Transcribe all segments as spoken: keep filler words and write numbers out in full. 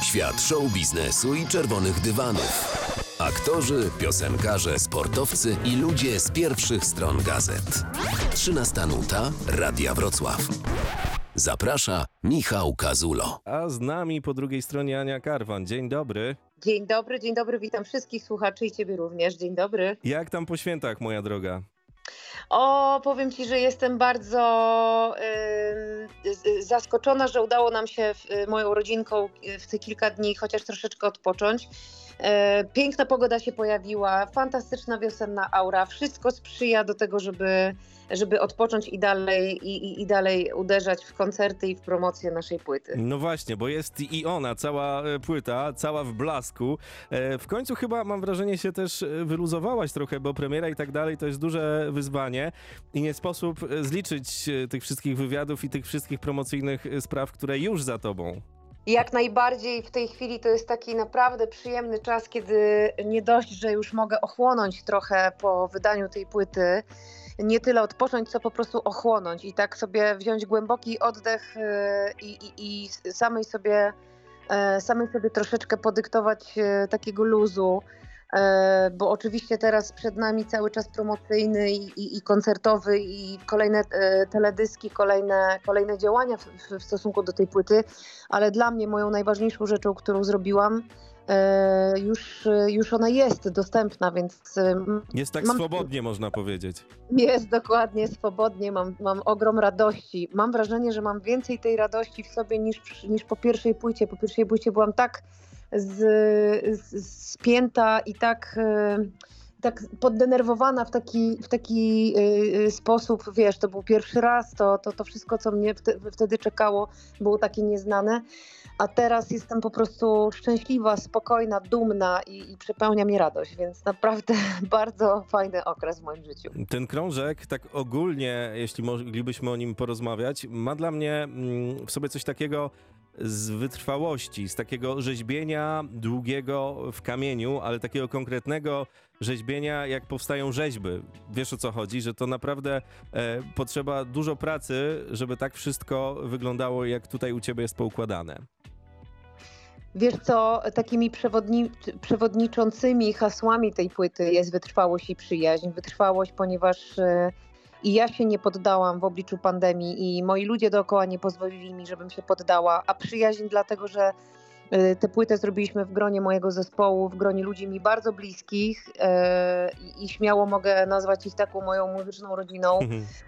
Świat show biznesu i czerwonych dywanów. Aktorzy, piosenkarze, sportowcy i ludzie z pierwszych stron gazet. Trzynasta nuta Radia Wrocław. Zaprasza Michał Kazulo. A z nami po drugiej stronie Ania Karwan. Dzień dobry. Dzień dobry, dzień dobry. Witam wszystkich słuchaczy i ciebie również. Dzień dobry. Jak tam po świętach, moja droga? O, powiem ci, że jestem bardzo y, zaskoczona, że udało nam się w, moją rodzinką w te kilka dni chociaż troszeczkę odpocząć. Piękna pogoda się pojawiła, fantastyczna wiosenna aura, wszystko sprzyja do tego, żeby, żeby odpocząć i dalej, i, i dalej uderzać w koncerty i w promocję naszej płyty. No właśnie, bo jest i ona, cała płyta, cała w blasku. W końcu chyba, mam wrażenie, się też wyluzowałaś trochę, bo premiera i tak dalej to jest duże wyzwanie i nie sposób zliczyć tych wszystkich wywiadów i tych wszystkich promocyjnych spraw, które już za tobą. Jak najbardziej w tej chwili to jest taki naprawdę przyjemny czas, kiedy nie dość, że już mogę ochłonąć trochę po wydaniu tej płyty, nie tyle odpocząć, co po prostu ochłonąć i tak sobie wziąć głęboki oddech i, i, i samej, sobie, samej sobie troszeczkę podyktować takiego luzu. Bo oczywiście teraz przed nami cały czas promocyjny i, i, i koncertowy i kolejne e, teledyski, kolejne, kolejne działania w, w, w stosunku do tej płyty, ale dla mnie moją najważniejszą rzeczą, którą zrobiłam, e, już, już ona jest dostępna, więc... E, jest tak mam, swobodnie, można powiedzieć. Jest dokładnie swobodnie, mam, mam ogrom radości. Mam wrażenie, że mam więcej tej radości w sobie niż, niż po pierwszej płycie. Po pierwszej płycie byłam tak Z, z, spięta i tak, tak poddenerwowana w taki, w taki sposób, wiesz, to był pierwszy raz, to, to, to wszystko, co mnie wtedy czekało, było takie nieznane, a teraz jestem po prostu szczęśliwa, spokojna, dumna i, i przepełnia mnie radość, więc naprawdę bardzo fajny okres w moim życiu. Ten krążek, tak ogólnie, jeśli moglibyśmy o nim porozmawiać, ma dla mnie w sobie coś takiego z wytrwałości, z takiego rzeźbienia długiego w kamieniu, ale takiego konkretnego rzeźbienia, jak powstają rzeźby. Wiesz, o co chodzi? Że to naprawdę e, potrzeba dużo pracy, żeby tak wszystko wyglądało, jak tutaj u ciebie jest poukładane. Wiesz co, takimi przewodni- przewodniczącymi hasłami tej płyty jest wytrwałość i przyjaźń. Wytrwałość, ponieważ e, i ja się nie poddałam w obliczu pandemii i moi ludzie dookoła nie pozwolili mi, żebym się poddała, a przyjaźń dlatego, że tę płytę zrobiliśmy w gronie mojego zespołu, w gronie ludzi mi bardzo bliskich yy, i śmiało mogę nazwać ich taką moją muzyczną rodziną.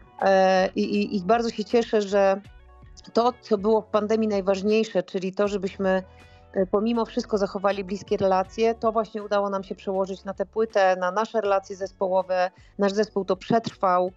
Yy, i, I bardzo się cieszę, że to, co było w pandemii najważniejsze, czyli to, żebyśmy pomimo wszystko zachowali bliskie relacje, to właśnie udało nam się przełożyć na tę płytę, na nasze relacje zespołowe. Nasz zespół to przetrwał.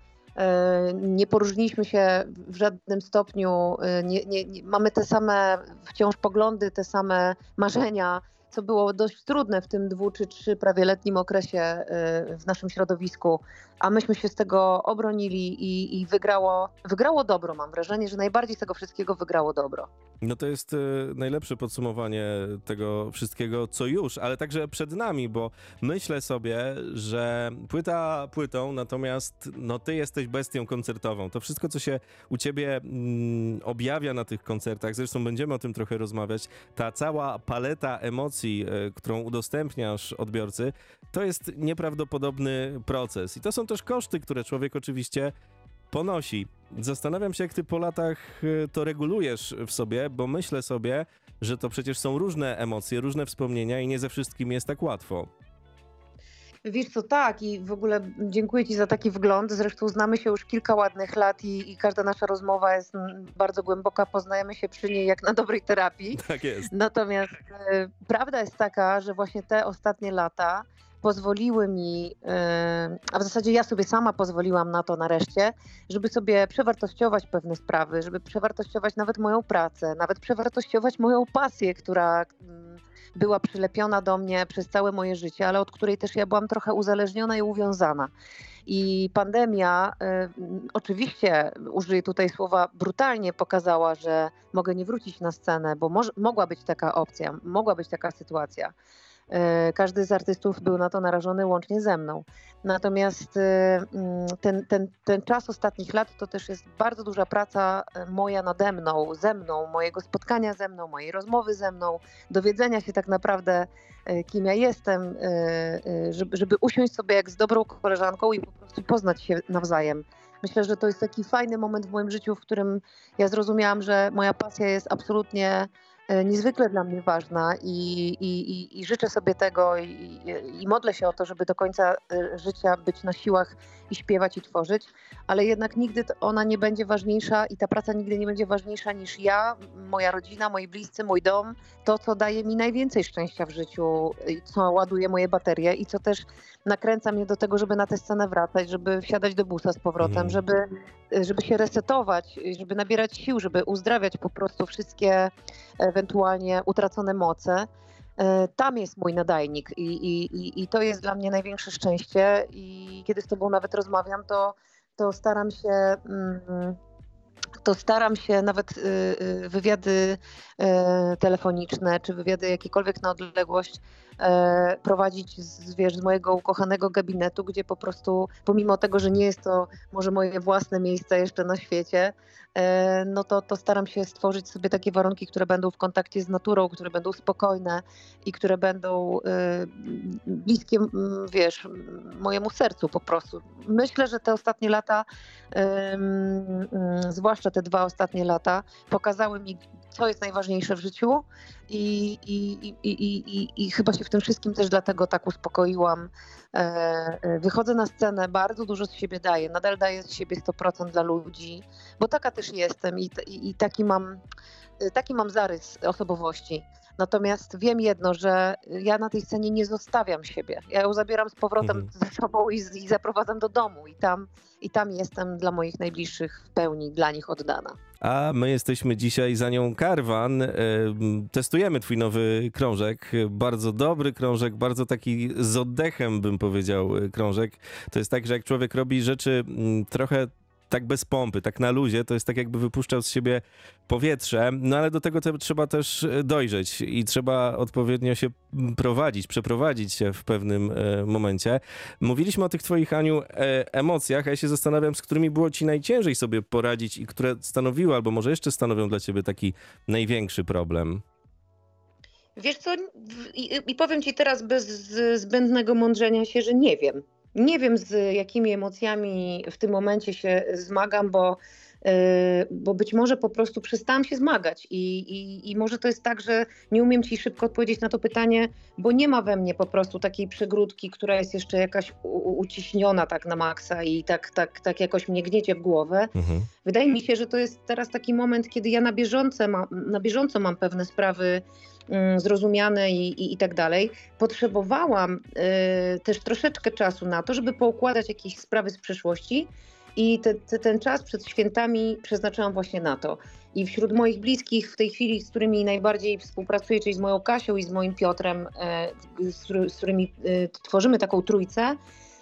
Nie poróżniliśmy się w żadnym stopniu, nie, nie, nie, mamy te same wciąż poglądy, te same marzenia, co było dość trudne w tym dwu czy trzy prawie letnim okresie w naszym środowisku, a myśmy się z tego obronili i, i wygrało, wygrało dobro. Mam wrażenie, że najbardziej z tego wszystkiego wygrało dobro. No to jest y, najlepsze podsumowanie tego wszystkiego, co już, ale także przed nami, bo myślę sobie, że płyta płytą, natomiast no ty jesteś bestią koncertową. To wszystko, co się u ciebie mm, objawia na tych koncertach, zresztą będziemy o tym trochę rozmawiać, ta cała paleta emocji, y, którą udostępniasz odbiorcy, to jest nieprawdopodobny proces. I to są też koszty, które człowiek oczywiście ponosi. Zastanawiam się, jak ty po latach to regulujesz w sobie, bo myślę sobie, że to przecież są różne emocje, różne wspomnienia i nie ze wszystkim jest tak łatwo. Wiesz co, tak i w ogóle dziękuję ci za taki wgląd. Zresztą znamy się już kilka ładnych lat i, i każda nasza rozmowa jest bardzo głęboka. Poznajemy się przy niej jak na dobrej terapii. Tak jest. Natomiast e, prawda jest taka, że właśnie te ostatnie lata pozwoliły mi, a w zasadzie ja sobie sama pozwoliłam na to nareszcie, żeby sobie przewartościować pewne sprawy, żeby przewartościować nawet moją pracę, nawet przewartościować moją pasję, która była przylepiona do mnie przez całe moje życie, ale od której też ja byłam trochę uzależniona i uwiązana. I pandemia y, oczywiście, użyję tutaj słowa brutalnie, pokazała, że mogę nie wrócić na scenę, bo moż, mogła być taka opcja, mogła być taka sytuacja. Każdy z artystów był na to narażony łącznie ze mną. Natomiast ten, ten, ten czas ostatnich lat to też jest bardzo duża praca moja nade mną, ze mną, mojego spotkania ze mną, mojej rozmowy ze mną, dowiedzenia się tak naprawdę, kim ja jestem, żeby, żeby usiąść sobie jak z dobrą koleżanką i po prostu poznać się nawzajem. Myślę, że to jest taki fajny moment w moim życiu, w którym ja zrozumiałam, że moja pasja jest absolutnie niezwykle dla mnie ważna i, i, i życzę sobie tego i, i modlę się o to, żeby do końca życia być na siłach i śpiewać i tworzyć, ale jednak nigdy ona nie będzie ważniejsza i ta praca nigdy nie będzie ważniejsza niż ja, moja rodzina, moi bliscy, mój dom, to co daje mi najwięcej szczęścia w życiu, co ładuje moje baterie i co też nakręca mnie do tego, żeby na tę scenę wracać, żeby wsiadać do busa z powrotem, mm. żeby, żeby się resetować, żeby nabierać sił, żeby uzdrawiać po prostu wszystkie ewentualnie utracone moce. Tam jest mój nadajnik i, i, i to jest dla mnie największe szczęście i kiedy z tobą nawet rozmawiam, to, to staram się to staram się nawet wywiady telefoniczne czy wywiady jakiekolwiek na odległość prowadzić z, wiesz, z mojego ukochanego gabinetu, gdzie po prostu pomimo tego, że nie jest to może moje własne miejsce jeszcze na świecie, no to, to staram się stworzyć sobie takie warunki, które będą w kontakcie z naturą, które będą spokojne i które będą bliskie, wiesz, mojemu sercu po prostu. Myślę, że te ostatnie lata, zwłaszcza te dwa ostatnie lata, pokazały mi, co jest najważniejsze w życiu i, i, i, i, i, i chyba się w tym wszystkim też dlatego tak uspokoiłam. Wychodzę na scenę, bardzo dużo z siebie daję, nadal daję z siebie sto procent dla ludzi, bo taka też jestem i, i, i taki mam, taki mam zarys osobowości. Natomiast wiem jedno, że ja na tej scenie nie zostawiam siebie. Ja ją zabieram z powrotem mhm. ze sobą i, i zaprowadzam do domu i tam, i tam jestem dla moich najbliższych w pełni, dla nich oddana. A my jesteśmy dzisiaj za nią Karwan. Testujemy twój nowy krążek. Bardzo dobry krążek, bardzo taki z oddechem, bym powiedział, krążek. To jest tak, że jak człowiek robi rzeczy trochę tak bez pompy, tak na luzie, to jest tak jakby wypuszczał z siebie powietrze, no ale do tego te, trzeba też dojrzeć i trzeba odpowiednio się prowadzić, przeprowadzić się w pewnym e, momencie. Mówiliśmy o tych twoich, Aniu, e, emocjach, a ja się zastanawiam, z którymi było ci najciężej sobie poradzić i które stanowiły, albo może jeszcze stanowią dla ciebie taki największy problem. Wiesz co, i, i powiem ci teraz bez zbędnego mądrzenia się, że nie wiem. Nie wiem, z jakimi emocjami w tym momencie się zmagam, bo, yy, bo być może po prostu przestałam się zmagać i, i, i może to jest tak, że nie umiem ci szybko odpowiedzieć na to pytanie, bo nie ma we mnie po prostu takiej przegródki, która jest jeszcze jakaś u, uciśniona tak na maksa i tak, tak, tak jakoś mnie gniecie w głowę. Mhm. Wydaje mi się, że to jest teraz taki moment, kiedy ja na bieżąco mam, na bieżąco mam pewne sprawy zrozumiane i, i, i tak dalej. Potrzebowałam y, też troszeczkę czasu na to, żeby poukładać jakieś sprawy z przeszłości i te, te, ten czas przed świętami przeznaczyłam właśnie na to. I wśród moich bliskich w tej chwili, z którymi najbardziej współpracuję, czyli z moją Kasią i z moim Piotrem, y, z, z którymi y, tworzymy taką trójcę,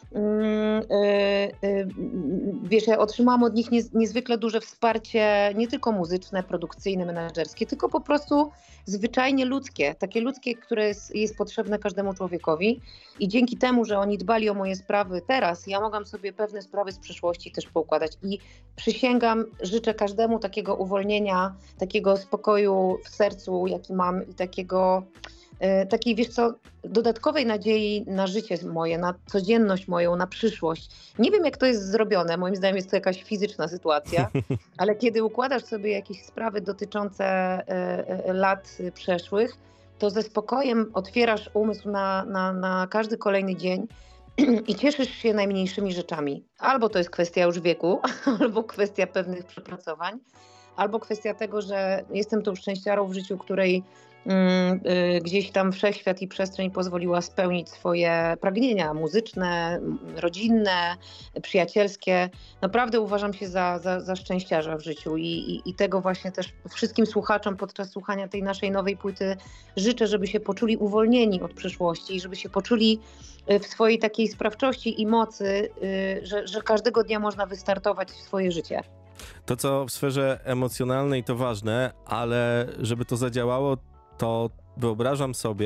wiesz, ja otrzymałam od nich niezwykle duże wsparcie, nie tylko muzyczne, produkcyjne, menedżerskie, tylko po prostu zwyczajnie ludzkie, takie ludzkie, które jest, jest potrzebne każdemu człowiekowi i dzięki temu, że oni dbali o moje sprawy teraz, ja mogłam sobie pewne sprawy z przeszłości też poukładać i przysięgam, życzę każdemu takiego uwolnienia, takiego spokoju w sercu, jaki mam i takiego takiej, wiesz co, dodatkowej nadziei na życie moje, na codzienność moją, na przyszłość. Nie wiem, jak to jest zrobione, moim zdaniem jest to jakaś fizyczna sytuacja, ale kiedy układasz sobie jakieś sprawy dotyczące lat przeszłych, to ze spokojem otwierasz umysł na, na, na każdy kolejny dzień i cieszysz się najmniejszymi rzeczami. Albo to jest kwestia już wieku, albo kwestia pewnych przepracowań, albo kwestia tego, że jestem tą szczęściarą w życiu, której gdzieś tam wszechświat i przestrzeń pozwoliła spełnić swoje pragnienia muzyczne, rodzinne, przyjacielskie. Naprawdę uważam się za, za, za szczęściarza w życiu i, i, i tego właśnie też wszystkim słuchaczom podczas słuchania tej naszej nowej płyty życzę, żeby się poczuli uwolnieni od przeszłości i żeby się poczuli w swojej takiej sprawczości i mocy, że, że każdego dnia można wystartować w swoje życie. To, co w sferze emocjonalnej to ważne, ale żeby to zadziałało, to wyobrażam sobie,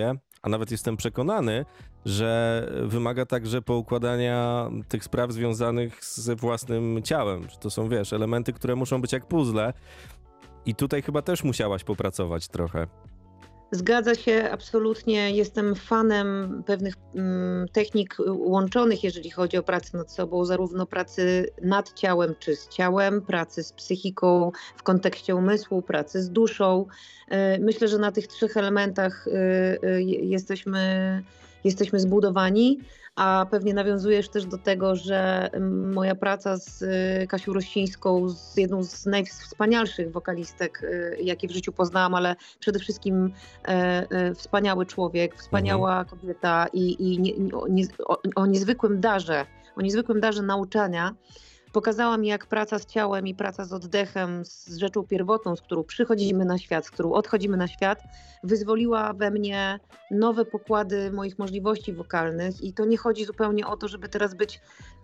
a nawet jestem przekonany, że wymaga także poukładania tych spraw związanych ze własnym ciałem. Że to są, wiesz, elementy, które muszą być jak puzzle. I tutaj chyba też musiałaś popracować trochę. Zgadza się, absolutnie. Jestem fanem pewnych mm, technik łączonych, jeżeli chodzi o pracę nad sobą, zarówno pracy nad ciałem czy z ciałem, pracy z psychiką w kontekście umysłu, pracy z duszą. Y, myślę, że na tych trzech elementach y, y, jesteśmy, jesteśmy zbudowani. A pewnie nawiązujesz też do tego, że moja praca z Kasią Rościńską, z jedną z najwspanialszych wokalistek, jakie w życiu poznałam, ale przede wszystkim e, e, wspaniały człowiek, wspaniała mhm. kobieta i, i nie, o, nie, o, o niezwykłym darze, o niezwykłym darze nauczania. Pokazała mi, jak praca z ciałem i praca z oddechem, z rzeczą pierwotną, z którą przychodzimy na świat, z którą odchodzimy na świat, wyzwoliła we mnie nowe pokłady moich możliwości wokalnych. I to nie chodzi zupełnie o to, żeby teraz być,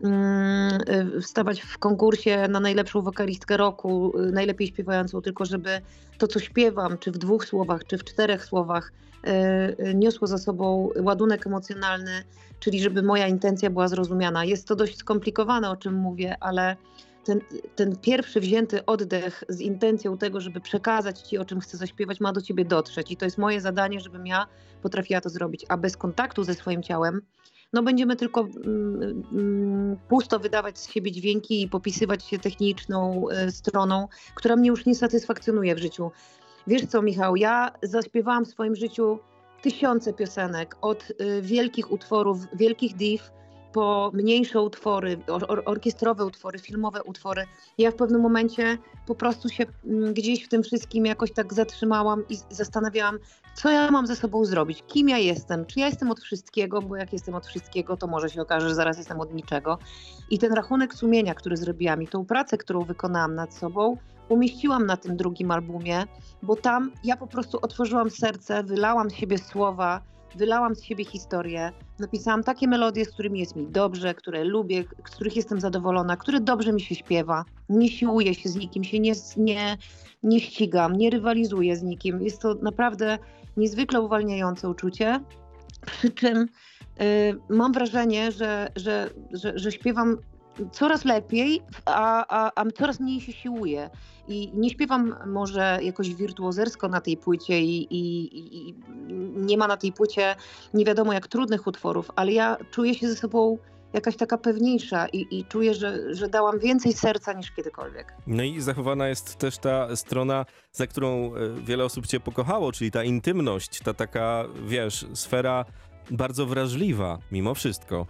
mm, wstawać w konkursie na najlepszą wokalistkę roku, najlepiej śpiewającą, tylko żeby to, co śpiewam, czy w dwóch słowach, czy w czterech słowach, yy, niosło za sobą ładunek emocjonalny, czyli żeby moja intencja była zrozumiana. Jest to dość skomplikowane, o czym mówię, ale ten, ten pierwszy wzięty oddech z intencją tego, żeby przekazać ci, o czym chcę zaśpiewać, ma do ciebie dotrzeć. I to jest moje zadanie, żebym ja potrafiła to zrobić. A bez kontaktu ze swoim ciałem, no będziemy tylko mm, mm, pusto wydawać z siebie dźwięki i popisywać się techniczną y, stroną, która mnie już nie satysfakcjonuje w życiu. Wiesz co, Michał, ja zaśpiewałam w swoim życiu tysiące piosenek, od y, wielkich utworów, wielkich div, po mniejsze utwory, or, orkiestrowe utwory, filmowe utwory. Ja w pewnym momencie po prostu się m, gdzieś w tym wszystkim jakoś tak zatrzymałam i zastanawiałam, co ja mam ze sobą zrobić, kim ja jestem, czy ja jestem od wszystkiego, bo jak jestem od wszystkiego, to może się okaże, że zaraz jestem od niczego. I ten rachunek sumienia, który zrobiłam i tą pracę, którą wykonałam nad sobą, umieściłam na tym drugim albumie, bo tam ja po prostu otworzyłam serce, wylałam z siebie słowa, wylałam z siebie historię, napisałam takie melodie, z którymi jest mi dobrze, które lubię, z których jestem zadowolona, które dobrze mi się śpiewa. Nie siłuję się z nikim, się nie, nie, nie ścigam, nie rywalizuję z nikim. Jest to naprawdę niezwykle uwalniające uczucie, przy czym y, mam wrażenie, że, że, że, że śpiewam coraz lepiej, a, a, a coraz mniej się siłuję. I nie śpiewam może jakoś wirtuozersko na tej płycie i, i, i nie ma na tej płycie nie wiadomo jak trudnych utworów, ale ja czuję się ze sobą jakaś taka pewniejsza i, i czuję, że, że dałam więcej serca niż kiedykolwiek. No i zachowana jest też ta strona, za którą wiele osób cię pokochało, czyli ta intymność, ta taka, wiesz, sfera bardzo wrażliwa mimo wszystko.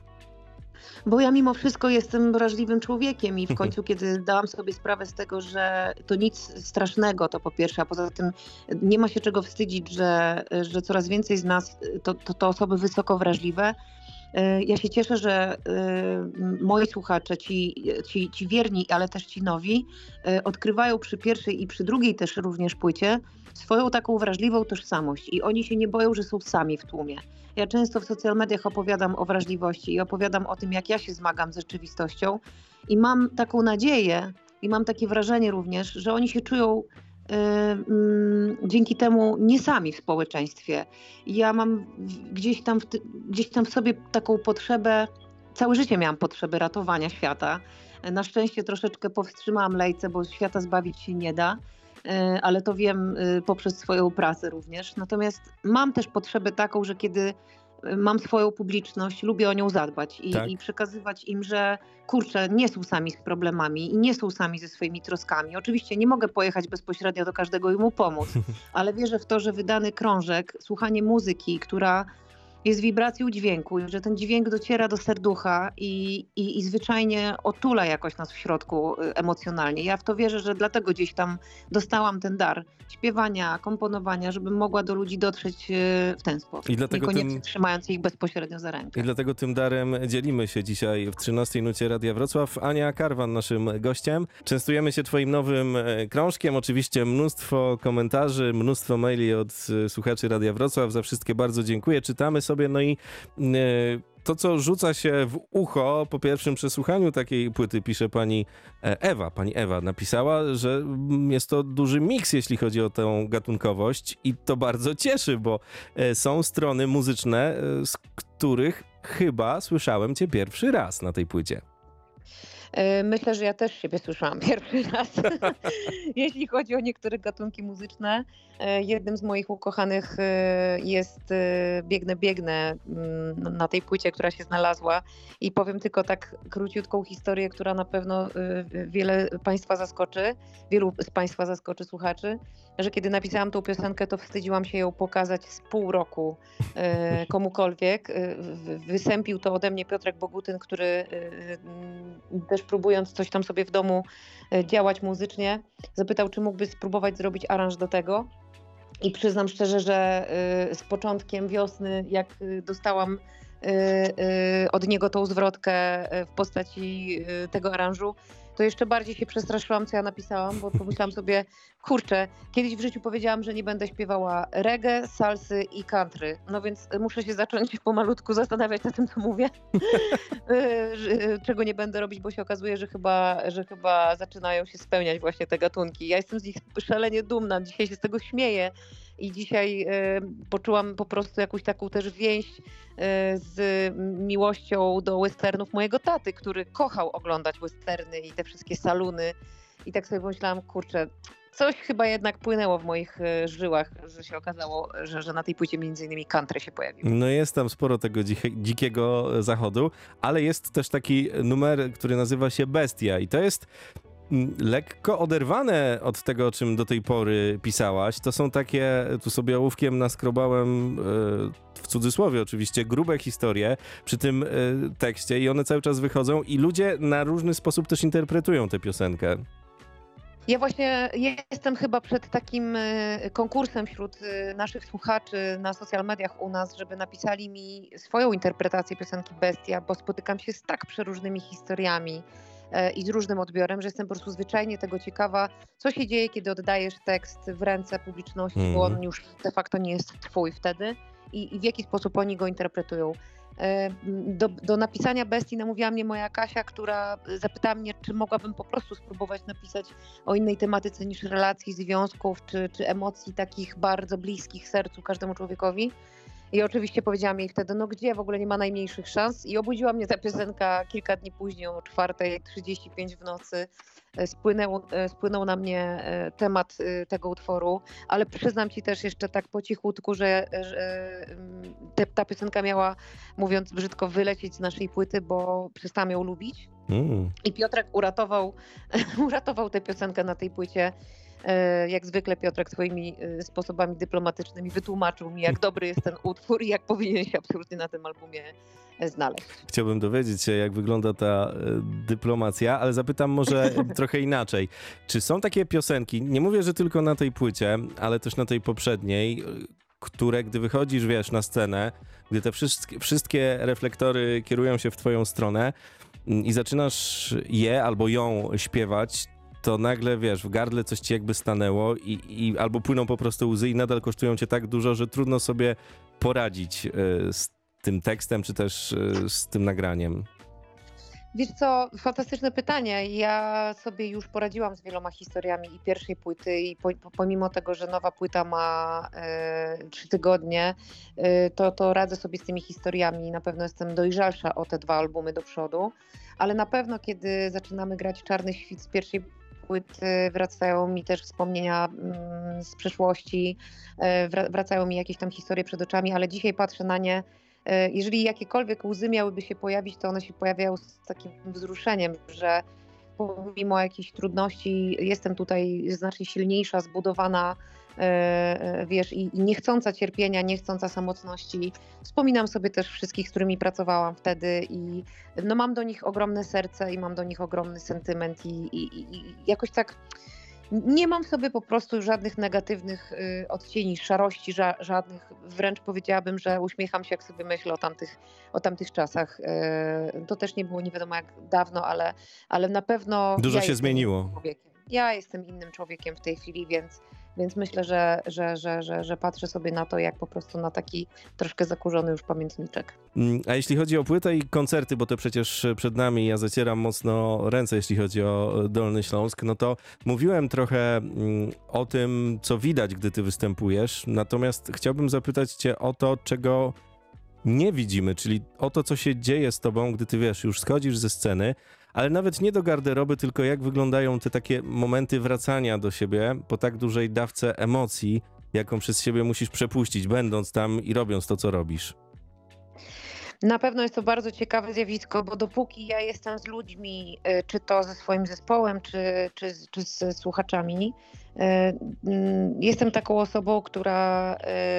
Bo ja mimo wszystko jestem wrażliwym człowiekiem i w końcu, kiedy dałam sobie sprawę z tego, że to nic strasznego, to po pierwsze, a poza tym nie ma się czego wstydzić, że, że coraz więcej z nas to, to, to osoby wysoko wrażliwe. Ja się cieszę, że moi słuchacze, ci, ci, ci wierni, ale też ci nowi, odkrywają przy pierwszej i przy drugiej też również płycie swoją taką wrażliwą tożsamość i oni się nie boją, że są sami w tłumie. Ja często w social mediach opowiadam o wrażliwości i opowiadam o tym, jak ja się zmagam z rzeczywistością i mam taką nadzieję i mam takie wrażenie również, że oni się czują yy, yy, dzięki temu nie sami w społeczeństwie. Ja mam gdzieś tam, w ty, gdzieś tam w sobie taką potrzebę, całe życie miałam potrzebę ratowania świata. Na szczęście troszeczkę powstrzymałam lejce, bo świata zbawić się nie da. Ale to wiem poprzez swoją pracę również. Natomiast mam też potrzebę taką, że kiedy mam swoją publiczność, lubię o nią zadbać i, tak. i przekazywać im, że kurczę, nie są sami z problemami i nie są sami ze swoimi troskami. Oczywiście nie mogę pojechać bezpośrednio do każdego i mu pomóc, ale wierzę w to, że wydany krążek, słuchanie muzyki, która jest wibracją dźwięku, że ten dźwięk dociera do serducha i, i, i zwyczajnie otula jakoś nas w środku emocjonalnie. Ja w to wierzę, że dlatego gdzieś tam dostałam ten dar śpiewania, komponowania, żebym mogła do ludzi dotrzeć w ten sposób, I dlatego niekoniecznie tym, trzymając ich bezpośrednio za rękę. I dlatego tym darem dzielimy się dzisiaj w trzynastej nucie Radia Wrocław. Ania Karwan naszym gościem. Częstujemy się twoim nowym krążkiem. Oczywiście mnóstwo komentarzy, mnóstwo maili od słuchaczy Radia Wrocław. Za wszystkie bardzo dziękuję. Czytamy sobie, no i yy, to, co rzuca się w ucho po pierwszym przesłuchaniu takiej płyty, pisze pani Ewa. Pani Ewa napisała, że jest to duży miks, jeśli chodzi o tę gatunkowość i to bardzo cieszy, bo są strony muzyczne, z których chyba słyszałem cię pierwszy raz na tej płycie. Myślę, że ja też siebie słyszałam pierwszy raz. Jeśli chodzi o niektóre gatunki muzyczne, jednym z moich ukochanych jest Biegnę, biegnę na tej płycie, która się znalazła. I powiem tylko tak króciutką historię, która na pewno wiele Państwa zaskoczy, wielu z Państwa zaskoczy słuchaczy, że kiedy napisałam tą piosenkę, to wstydziłam się ją pokazać z pół roku komukolwiek. Wysępił to ode mnie Piotrek Bogutyn, który też próbując coś tam sobie w domu działać muzycznie, zapytał, czy mógłby spróbować zrobić aranż do tego. I przyznam szczerze, że z początkiem wiosny, jak dostałam od niego tą zwrotkę w postaci tego aranżu, to jeszcze bardziej się przestraszyłam, co ja napisałam, bo pomyślałam sobie, kurczę, kiedyś w życiu powiedziałam, że nie będę śpiewała reggae, salsy i country. No więc muszę się zacząć pomalutku zastanawiać nad tym, co mówię, czego nie będę robić, bo się okazuje, że chyba, że chyba zaczynają się spełniać właśnie te gatunki. Ja jestem z nich szalenie dumna, dzisiaj się z tego śmieję. I dzisiaj y, poczułam po prostu jakąś taką też więź y, z miłością do westernów mojego taty, który kochał oglądać westerny i te wszystkie saluny. I tak sobie pomyślałam, kurczę, coś chyba jednak płynęło w moich y, żyłach, że się okazało, że, że na tej płycie między innymi country się pojawiło. No jest tam sporo tego dzikie, dzikiego zachodu, ale jest też taki numer, który nazywa się Bestia i to jest lekko oderwane od tego, o czym do tej pory pisałaś. To są takie, tu sobie ołówkiem naskrobałem, w cudzysłowie oczywiście, grube historie przy tym tekście i one cały czas wychodzą i ludzie na różny sposób też interpretują tę piosenkę. Ja właśnie jestem chyba przed takim konkursem wśród naszych słuchaczy na social mediach u nas, żeby napisali mi swoją interpretację piosenki Bestia, bo spotykam się z tak przeróżnymi historiami i z różnym odbiorem, że jestem po prostu zwyczajnie tego ciekawa, co się dzieje, kiedy oddajesz tekst w ręce publiczności, mm. bo on już de facto nie jest twój wtedy i, i w jaki sposób oni go interpretują. Do, do napisania Bestii namówiła mnie moja Kasia, która zapytała mnie, czy mogłabym po prostu spróbować napisać o innej tematyce niż relacji, związków, czy, czy emocji takich bardzo bliskich sercu każdemu człowiekowi. I oczywiście powiedziałam jej wtedy, no gdzie, w ogóle nie ma najmniejszych szans. I obudziła mnie ta piosenka kilka dni później o czwartej trzydzieści pięć w nocy. Spłynął, spłynął na mnie temat tego utworu, ale przyznam ci też jeszcze tak po cichutku, że, że te, ta piosenka miała, mówiąc brzydko, wylecieć z naszej płyty, bo przestałam ją lubić. Mm. I Piotrek uratował, uratował tę piosenkę na tej płycie. Jak zwykle Piotrek swoimi sposobami dyplomatycznymi wytłumaczył mi, jak dobry jest ten utwór i jak powinien się absolutnie na tym albumie znaleźć. Chciałbym dowiedzieć się, jak wygląda ta dyplomacja, ale zapytam może trochę inaczej. Czy są takie piosenki, nie mówię, że tylko na tej płycie, ale też na tej poprzedniej, które gdy wychodzisz, wiesz, na scenę, gdy te wszystkie, wszystkie reflektory kierują się w twoją stronę i zaczynasz je albo ją śpiewać, to nagle, wiesz, w gardle coś ci jakby stanęło i, i albo płyną po prostu łzy i nadal kosztują cię tak dużo, że trudno sobie poradzić y, z tym tekstem, czy też y, z tym nagraniem. Wiesz co, fantastyczne pytanie. Ja sobie już poradziłam z wieloma historiami i pierwszej płyty i po, pomimo tego, że nowa płyta ma y, trzy tygodnie, y, to, to radzę sobie z tymi historiami. Na pewno jestem dojrzalsza o te dwa albumy do przodu, ale na pewno kiedy zaczynamy grać Czarny Świt z pierwszej płyty, wracają mi też wspomnienia mm, z przeszłości, y, wracają mi jakieś tam historie przed oczami, ale dzisiaj patrzę na nie. Jeżeli jakiekolwiek łzy miałyby się pojawić, to one się pojawiają z takim wzruszeniem, że pomimo jakichś trudności jestem tutaj znacznie silniejsza, zbudowana, wiesz, i niechcąca cierpienia, niechcąca samotności. Wspominam sobie też wszystkich, z którymi pracowałam wtedy i no mam do nich ogromne serce i mam do nich ogromny sentyment i, i, i jakoś tak nie mam w sobie po prostu żadnych negatywnych y, odcieni, szarości, ża- żadnych. Wręcz powiedziałabym, że uśmiecham się, jak sobie myślę o tamtych, o tamtych czasach. Y, to też nie było nie wiadomo jak dawno, ale, ale na pewno... Dużo ja się zmieniło. Ja jestem innym człowiekiem w tej chwili, więc Więc myślę, że, że, że, że, że patrzę sobie na to jak po prostu na taki troszkę zakurzony już pamiętniczek. A jeśli chodzi o płytę i koncerty, bo to przecież przed nami, ja zacieram mocno ręce, jeśli chodzi o Dolny Śląsk, no to mówiłem trochę o tym, co widać, gdy ty występujesz, natomiast chciałbym zapytać cię o to, czego nie widzimy, czyli o to, co się dzieje z tobą, gdy ty, wiesz, już schodzisz ze sceny, ale nawet nie do garderoby, tylko jak wyglądają te takie momenty wracania do siebie po tak dużej dawce emocji, jaką przez siebie musisz przepuścić, będąc tam i robiąc to, co robisz. Na pewno jest to bardzo ciekawe zjawisko, bo dopóki ja jestem z ludźmi, czy to ze swoim zespołem, czy, czy, czy z słuchaczami, jestem taką osobą, która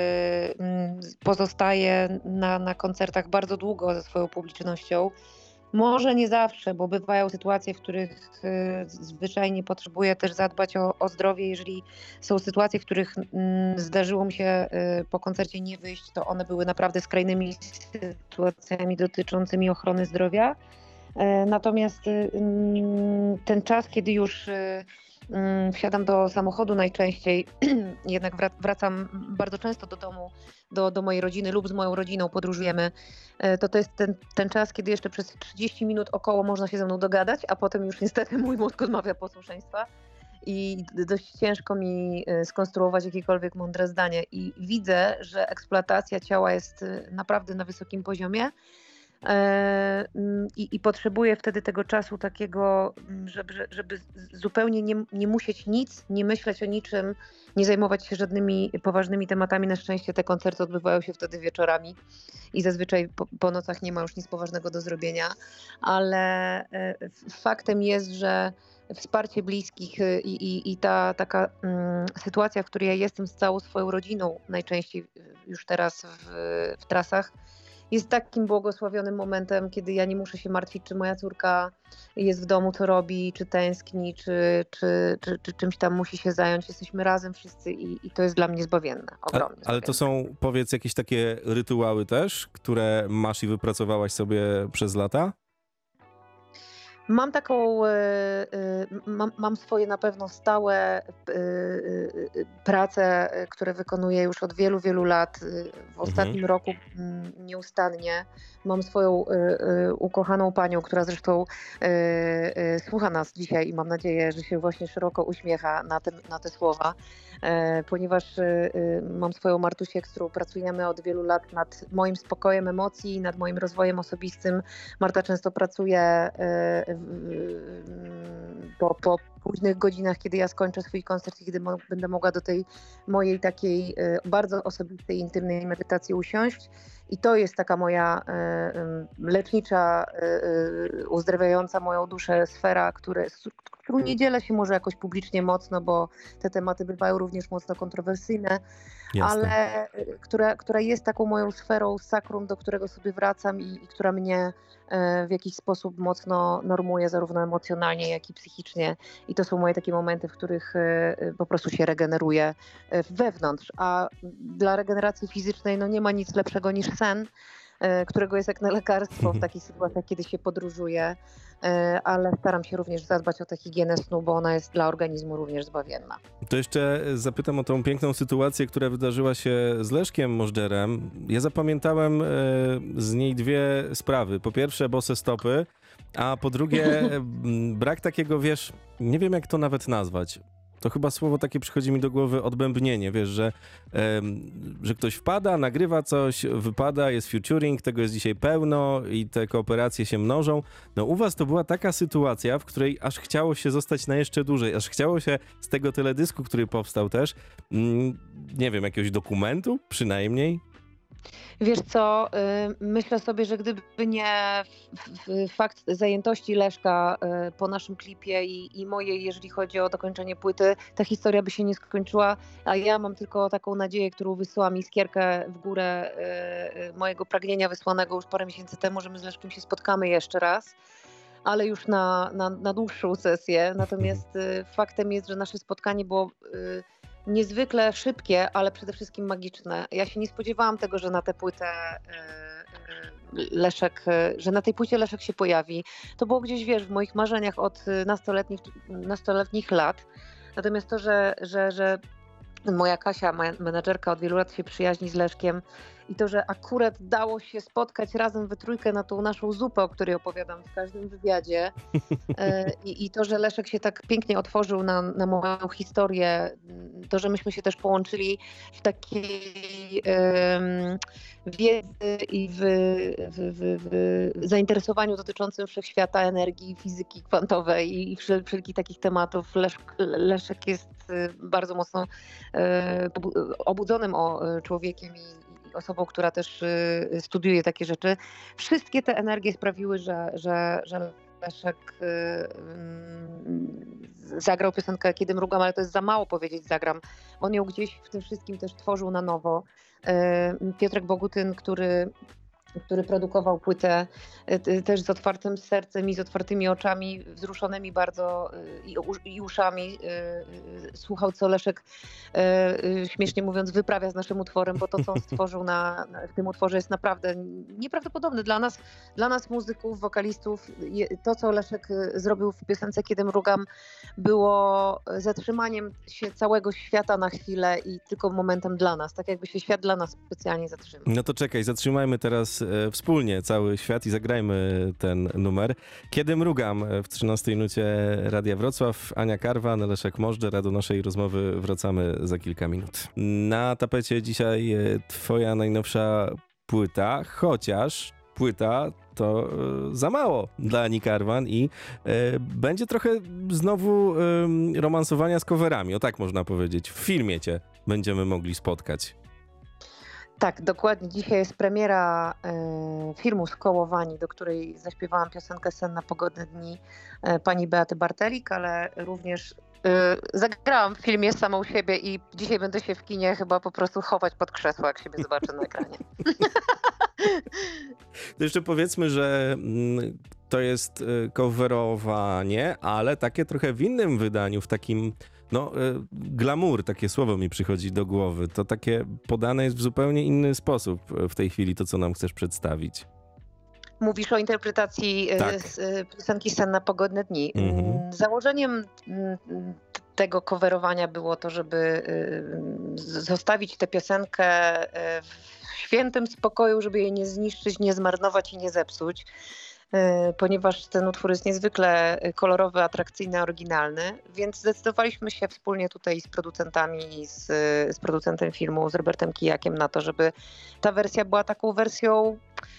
pozostaje na, na koncertach bardzo długo ze swoją publicznością. Może nie zawsze, bo bywają sytuacje, w których zwyczajnie potrzebuję też zadbać o, o zdrowie. Jeżeli są sytuacje, w których zdarzyło mi się po koncercie nie wyjść, to one były naprawdę skrajnymi sytuacjami dotyczącymi ochrony zdrowia. Natomiast ten czas, kiedy już wsiadam do samochodu najczęściej, jednak wracam bardzo często do domu, do, do mojej rodziny lub z moją rodziną podróżujemy, to to jest ten, ten czas, kiedy jeszcze przez trzydzieści minut około można się ze mną dogadać, a potem już niestety mój mózg odmawia posłuszeństwa i dość ciężko mi skonstruować jakiekolwiek mądre zdanie. I widzę, że eksploatacja ciała jest naprawdę na wysokim poziomie. I, i potrzebuję wtedy tego czasu takiego, żeby, żeby zupełnie nie, nie musieć nic, nie myśleć o niczym, nie zajmować się żadnymi poważnymi tematami. Na szczęście te koncerty odbywają się wtedy wieczorami i zazwyczaj po, po nocach nie ma już nic poważnego do zrobienia, ale faktem jest, że wsparcie bliskich i, i, i ta taka um, sytuacja, w której ja jestem z całą swoją rodziną, najczęściej już teraz w, w trasach, jest takim błogosławionym momentem, kiedy ja nie muszę się martwić, czy moja córka jest w domu, co robi, czy tęskni, czy, czy, czy, czy czymś tam musi się zająć. Jesteśmy razem wszyscy i, i to jest dla mnie zbawienne, ogromnie. Ale, ale to są, powiedz, jakieś takie rytuały też, które masz i wypracowałaś sobie przez lata? Mam taką, mam, mam swoje na pewno stałe prace, które wykonuję już od wielu, wielu lat. W ostatnim mhm. roku nieustannie. Mam swoją ukochaną panią, która zresztą słucha nas dzisiaj i mam nadzieję, że się właśnie szeroko uśmiecha na te, na te słowa, ponieważ mam swoją Martusię, z którą pracujemy od wielu lat nad moim spokojem emocji, nad moim rozwojem osobistym. Marta często pracuje po, po późnych godzinach, kiedy ja skończę swój koncert i kiedy mo- będę mogła do tej mojej takiej bardzo osobistej, intymnej medytacji usiąść. I to jest taka moja lecznicza, uzdrawiająca moją duszę sfera, które, z którą nie dzielę się może jakoś publicznie mocno, bo te tematy bywają również mocno kontrowersyjne, Jasne. ale która, która jest taką moją sferą, sakrum, do którego sobie wracam i, i która mnie w jakiś sposób mocno normuje, zarówno emocjonalnie, jak i psychicznie. I to są moje takie momenty, w których po prostu się regeneruję wewnątrz. A dla regeneracji fizycznej no nie ma nic lepszego niż sen, którego jest jak na lekarstwo w takich sytuacjach, kiedy się podróżuje, ale staram się również zadbać o tę higienę snu, bo ona jest dla organizmu również zbawienna. To jeszcze zapytam o tą piękną sytuację, która wydarzyła się z Leszkiem Możdżerem. Ja zapamiętałem z niej dwie sprawy. Po pierwsze bose stopy, a po drugie brak takiego, wiesz, nie wiem jak to nawet nazwać. To chyba słowo takie przychodzi mi do głowy, odbębnienie, wiesz, że, um, że ktoś wpada, nagrywa coś, wypada, jest featuring, tego jest dzisiaj pełno i te kooperacje się mnożą. No u was to była taka sytuacja, w której aż chciało się zostać na jeszcze dłużej, aż chciało się z tego teledysku, który powstał też, mm, nie wiem, jakiegoś dokumentu przynajmniej. Wiesz co, myślę sobie, że gdyby nie fakt zajętości Leszka po naszym klipie i, i mojej, jeżeli chodzi o dokończenie płyty, ta historia by się nie skończyła, a ja mam tylko taką nadzieję, którą wysłała mi iskierkę w górę mojego pragnienia wysłanego już parę miesięcy temu, że my z Leszkiem się spotkamy jeszcze raz, ale już na, na, na dłuższą sesję. Natomiast faktem jest, że nasze spotkanie było niezwykle szybkie, ale przede wszystkim magiczne. Ja się nie spodziewałam tego, że na tę płytę Leszek, że na tej płycie Leszek się pojawi. To było gdzieś, wiesz, w moich marzeniach od nastoletnich, nastoletnich lat. Natomiast to, że, że, że Moja Kasia, moja menadżerka, od wielu lat się przyjaźni z Leszkiem i to, że akurat dało się spotkać razem we trójkę na tą naszą zupę, o której opowiadam w każdym wywiadzie e, i, i to, że Leszek się tak pięknie otworzył na, na moją historię, to, że myśmy się też połączyli w takiej em, wiedzy i w, w, w, w zainteresowaniu dotyczącym wszechświata, energii, fizyki kwantowej i wszel, wszelkich takich tematów. Leszek, Leszek jest bardzo mocno e, obudzonym o, człowiekiem i, i osobą, która też e, studiuje takie rzeczy. Wszystkie te energie sprawiły, że, że, że Leszek e, zagrał piosenkę Kiedy mrugam, ale to jest za mało powiedzieć zagram. On ją gdzieś w tym wszystkim też tworzył na nowo. E, Piotrek Bogutyn, który który produkował płytę też z otwartym sercem i z otwartymi oczami, wzruszonymi bardzo i uszami. Słuchał, co Leszek, śmiesznie mówiąc, wyprawia z naszym utworem, bo to, co on stworzył na, w tym utworze, jest naprawdę nieprawdopodobne. Dla nas, dla nas muzyków, wokalistów, to, co Leszek zrobił w piosence Kiedy mrugam, było zatrzymaniem się całego świata na chwilę i tylko momentem dla nas, tak jakby się świat dla nas specjalnie zatrzymał. No to czekaj, zatrzymajmy teraz e, wspólnie cały świat i zagrajmy ten numer. Kiedy mrugam w trzynastej nucie Radia Wrocław. Ania Karwan, Leszek Możdżer, a do naszej rozmowy wracamy za kilka minut. Na tapecie dzisiaj e, twoja najnowsza płyta, chociaż płyta to e, za mało dla Ani Karwan i e, będzie trochę znowu e, romansowania z coverami, o tak można powiedzieć. W filmie cię będziemy mogli spotkać. Tak, dokładnie. Dzisiaj jest premiera e, filmu Skołowani, do której zaśpiewałam piosenkę Sen na pogodne dni e, pani Beaty Bartelik, ale również e, zagrałam w filmie samą siebie i dzisiaj będę się w kinie chyba po prostu chować pod krzesło, jak siebie zobaczę na ekranie. To jeszcze powiedzmy, że mm, to jest y, coverowanie, ale takie trochę w innym wydaniu, w takim, no, y, glamour, takie słowo mi przychodzi do głowy. To takie podane jest w zupełnie inny sposób w tej chwili, to co nam chcesz przedstawić. Mówisz o interpretacji Tak. z piosenki Sen na pogodne dni. Mhm. Założeniem tego coverowania było to, żeby zostawić tę piosenkę w świętym spokoju, żeby jej nie zniszczyć, nie zmarnować i nie zepsuć, ponieważ ten utwór jest niezwykle kolorowy, atrakcyjny, oryginalny, więc zdecydowaliśmy się wspólnie tutaj z producentami i z, z producentem filmu, z Robertem Kijakiem, na to, żeby ta wersja była taką wersją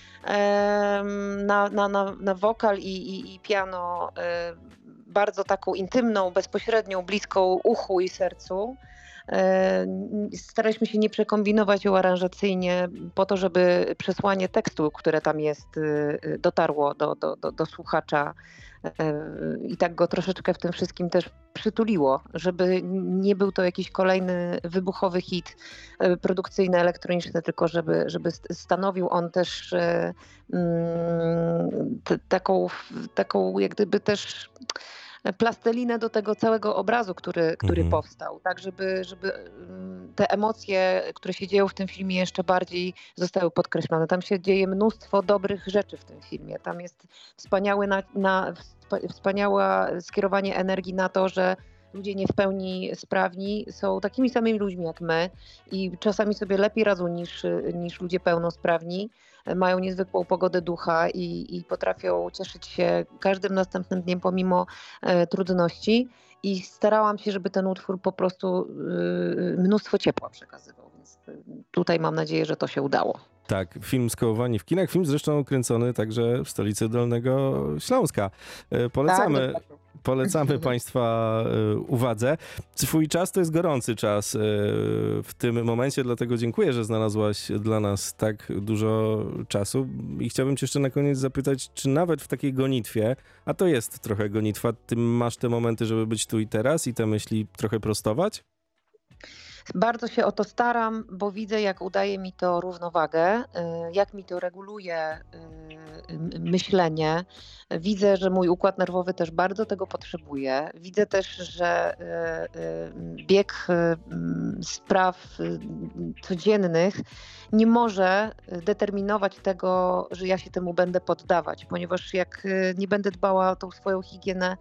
na, na, na, na wokal i, i, i piano, bardzo taką intymną, bezpośrednią, bliską uchu i sercu. Staraliśmy się nie przekombinować ją aranżacyjnie po to, żeby przesłanie tekstu, które tam jest, dotarło do, do, do, do słuchacza i tak go troszeczkę w tym wszystkim też przytuliło, żeby nie był to jakiś kolejny wybuchowy hit produkcyjny, elektroniczny, tylko żeby, żeby stanowił on też t- taką, taką jak gdyby też plastelinę do tego całego obrazu, który, który mhm. powstał, tak żeby, żeby te emocje, które się dzieją w tym filmie, jeszcze bardziej zostały podkreślone. Tam się dzieje mnóstwo dobrych rzeczy w tym filmie. Tam jest wspaniały na, na, wspaniałe skierowanie energii na to, że ludzie nie w pełni sprawni są takimi samymi ludźmi jak my i czasami sobie lepiej radzą niż, niż ludzie pełnosprawni. Mają niezwykłą pogodę ducha i, i potrafią cieszyć się każdym następnym dniem pomimo e, trudności. I starałam się, żeby ten utwór po prostu y, mnóstwo ciepła przekazywał. Więc tutaj mam nadzieję, że to się udało. Tak, film Skołowani w kinach. Film zresztą kręcony także w stolicy Dolnego Śląska. Polecamy, tak, polecamy Państwa uwadze. Twój czas to jest gorący czas w tym momencie, dlatego dziękuję, że znalazłaś dla nas tak dużo czasu. I chciałbym Cię jeszcze na koniec zapytać, czy nawet w takiej gonitwie, a to jest trochę gonitwa, ty masz te momenty, żeby być tu i teraz i te myśli trochę prostować? Bardzo się o to staram, bo widzę, jak udaje mi to równowagę, jak mi to reguluje myślenie. Widzę, że mój układ nerwowy też bardzo tego potrzebuje. Widzę też, że bieg spraw codziennych nie może determinować tego, że ja się temu będę poddawać, ponieważ jak nie będę dbała o tą swoją higienę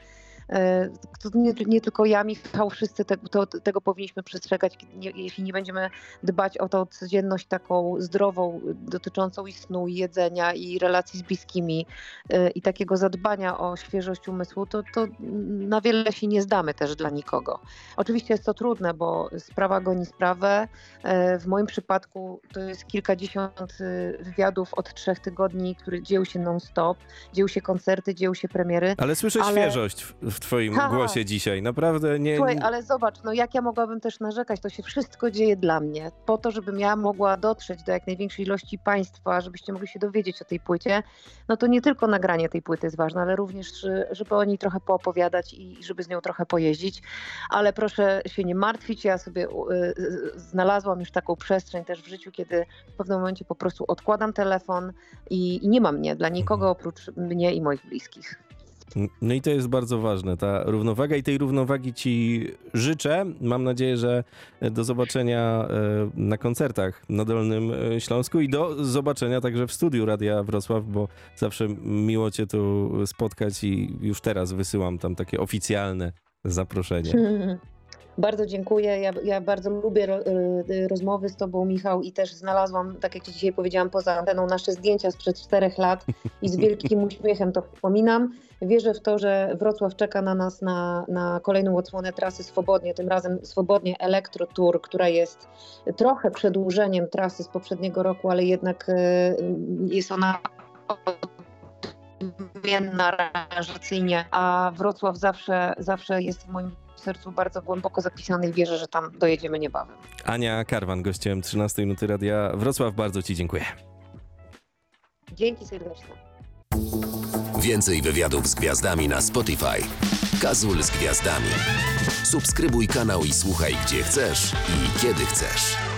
To nie, nie tylko ja, Michał, wszyscy te, to, tego powinniśmy przestrzegać, nie, jeśli nie będziemy dbać o tą codzienność taką zdrową, dotyczącą i snu, i jedzenia, i relacji z bliskimi, i takiego zadbania o świeżość umysłu, to, to na wiele się nie zdamy też dla nikogo. Oczywiście jest to trudne, bo sprawa goni sprawę. W moim przypadku to jest kilkadziesiąt wywiadów od trzech tygodni, które dzieją się non-stop, dzieją się koncerty, dzieją się premiery. Ale słyszę ale... świeżość w, w twoim ha. głosie dzisiaj, naprawdę nie... Słuchaj, ale zobacz, no jak ja mogłabym też narzekać, to się wszystko dzieje dla mnie, po to, żebym ja mogła dotrzeć do jak największej ilości państwa, żebyście mogli się dowiedzieć o tej płycie, no to nie tylko nagranie tej płyty jest ważne, ale również, żeby o niej trochę poopowiadać i żeby z nią trochę pojeździć, ale proszę się nie martwić, ja sobie y, znalazłam już taką przestrzeń też w życiu, kiedy w pewnym momencie po prostu odkładam telefon i, i nie ma mnie dla nikogo oprócz mnie i moich bliskich. No i to jest bardzo ważne, ta równowaga i tej równowagi ci życzę. Mam nadzieję, że do zobaczenia na koncertach na Dolnym Śląsku i do zobaczenia także w studiu Radia Wrocław, bo zawsze miło cię tu spotkać i już teraz wysyłam tam takie oficjalne zaproszenie. Hmm. Bardzo dziękuję. Ja, ja bardzo lubię ro, rozmowy z tobą, Michał, i też znalazłam, tak jak ci dzisiaj powiedziałam, poza anteną nasze zdjęcia sprzed czterech lat i z wielkim uśmiechem to wspominam. Wierzę w to, że Wrocław czeka na nas na, na kolejną odsłonę trasy Swobodnie, tym razem Swobodnie Elektro Tour, która jest trochę przedłużeniem trasy z poprzedniego roku, ale jednak jest ona odmienna aranżacyjnie, a Wrocław zawsze, zawsze jest w moim sercu bardzo głęboko zapisany i wierzę, że tam dojedziemy niebawem. Ania Karwan, gościem trzynastej Nuty Radia Wrocław. Bardzo ci dziękuję. Dzięki serdeczne. Więcej wywiadów z gwiazdami na Spotify. Kazul z gwiazdami. Subskrybuj kanał i słuchaj gdzie chcesz i kiedy chcesz.